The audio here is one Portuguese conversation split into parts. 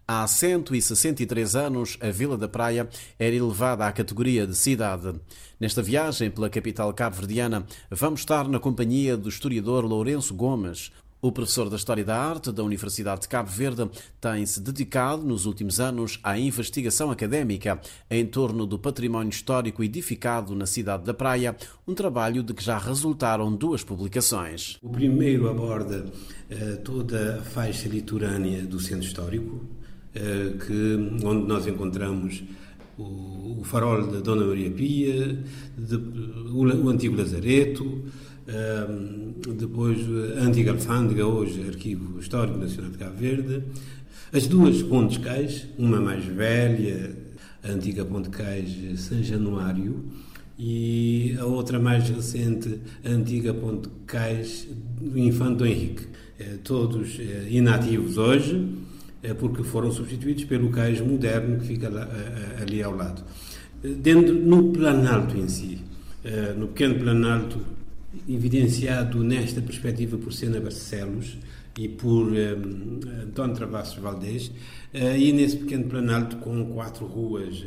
Há 163 anos, a Vila da Praia era elevada à categoria de cidade. Nesta viagem pela capital cabo-verdiana, vamos estar na companhia do historiador Lourenço Gomes. O professor da História da Arte da Universidade de Cabo Verde tem-se dedicado nos últimos anos à investigação académica em torno do património histórico edificado na cidade da Praia, um trabalho de que já resultaram 2 publicações. O primeiro aborda toda a faixa litorânea do centro histórico, onde nós encontramos o farol da Dona Maria Pia, o antigo Lazareto, depois a antiga alfândega, hoje Arquivo Histórico Nacional de Cabo Verde, as 2 pontes cais, uma mais velha, a antiga ponte cais São Januário, e a outra mais recente, a antiga ponte cais do Infante Dom Henrique, todos inativos hoje, porque foram substituídos pelo cais moderno que fica ali ao lado. No Planalto em si, no pequeno Planalto, evidenciado nesta perspectiva por Sena Barcelos e por António Travassos Valdés, e nesse pequeno Planalto com 4 ruas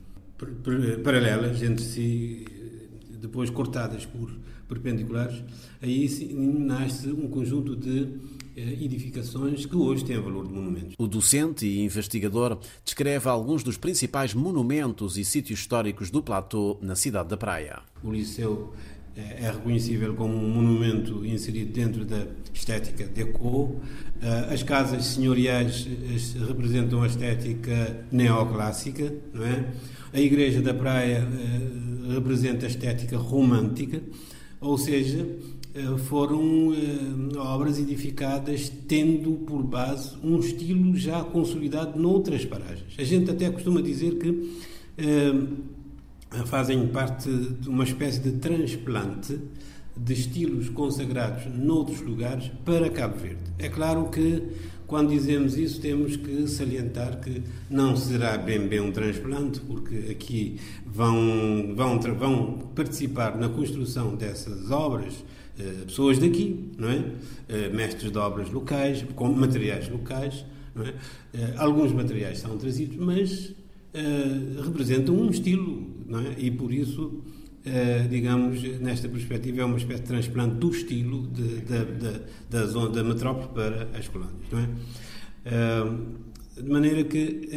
paralelas entre si, depois cortadas por perpendiculares, aí nasce um conjunto de edificações que hoje têm valor de monumentos. O docente e investigador descreve alguns dos principais monumentos e sítios históricos do platô na cidade da Praia. O Liceu é reconhecível como um monumento inserido dentro da estética deco. As casas senhoriais representam a estética neoclássica, não é? A Igreja da Praia representa a estética romântica, ou seja, foram obras edificadas tendo por base um estilo já consolidado noutras paragens. A gente até costuma dizer que fazem parte de uma espécie de transplante de estilos consagrados noutros lugares para Cabo Verde. É claro que, quando dizemos isso, temos que salientar que não será bem um transplante, porque aqui vão participar na construção dessas obras pessoas daqui, não é? Mestres de obras locais, com materiais locais, não é? Alguns materiais são trazidos, mas representam um estilo, não é? E por isso, digamos, nesta perspectiva é uma espécie de transplante do estilo da zona da metrópole para as colónias, não é? De maneira que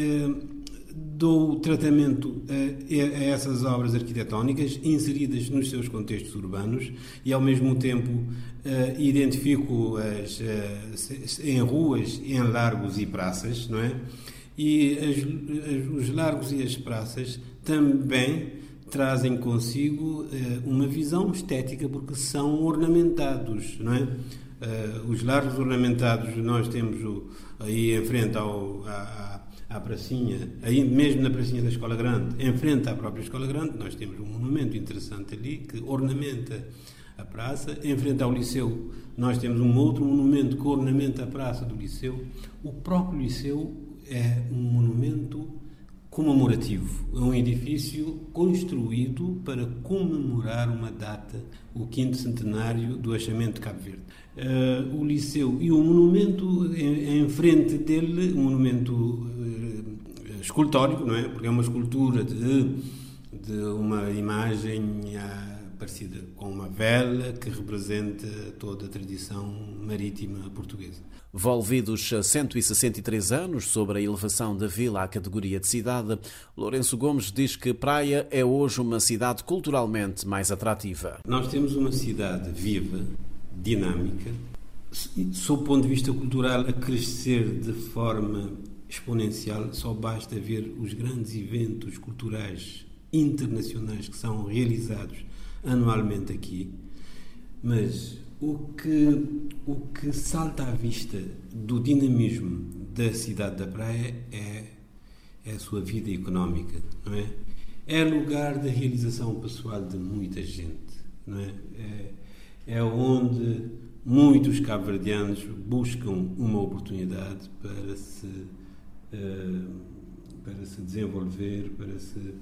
dou tratamento a essas obras arquitetónicas inseridas nos seus contextos urbanos e, ao mesmo tempo, identifico-as em ruas, em largos e praças, não é? E os largos e as praças também trazem consigo uma visão estética, porque são ornamentados, não é? Os largos ornamentados, nós temos aí em frente à pracinha, aí mesmo na pracinha da Escola Grande, em frente à própria Escola Grande, nós temos um monumento interessante ali que ornamenta a praça. Em frente ao Liceu, nós temos um outro monumento que ornamenta a praça do Liceu. O próprio Liceu é um monumento comemorativo, é um edifício construído para comemorar uma data, o 5º centenário do achamento de Cabo Verde. O Liceu e o monumento em frente dele, um monumento escultórico, não é? Porque é uma escultura de uma imagem parecida com uma vela que representa toda a tradição marítima portuguesa. Volvidos 163 anos sobre a elevação da vila à categoria de cidade, Lourenço Gomes diz que Praia é hoje uma cidade culturalmente mais atrativa. Nós temos uma cidade viva, dinâmica, sob o ponto de vista cultural, a crescer de forma exponencial. Só basta ver os grandes eventos culturais internacionais que são realizados anualmente aqui, mas o que salta à vista do dinamismo da cidade da Praia é a sua vida económica, não é? É lugar de realização pessoal de muita gente, não é? É onde muitos cabo-verdianos buscam uma oportunidade para se desenvolver, para se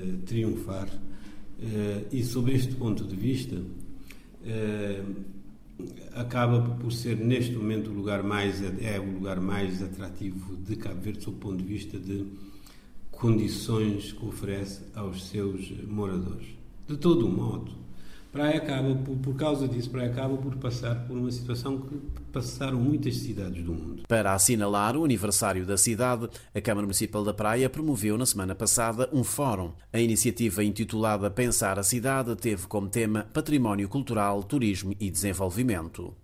triunfar. E sob este ponto de vista, acaba por ser neste momento o lugar mais atrativo de Cabo Verde, sob o ponto de vista de condições que oferece aos seus moradores. De todo modo, Praia acaba, por causa disso, Praia acaba por passar por uma situação que passaram muitas cidades do mundo. Para assinalar o aniversário da cidade, a Câmara Municipal da Praia promoveu na semana passada um fórum. A iniciativa, intitulada Pensar a Cidade, teve como tema Património Cultural, Turismo e Desenvolvimento.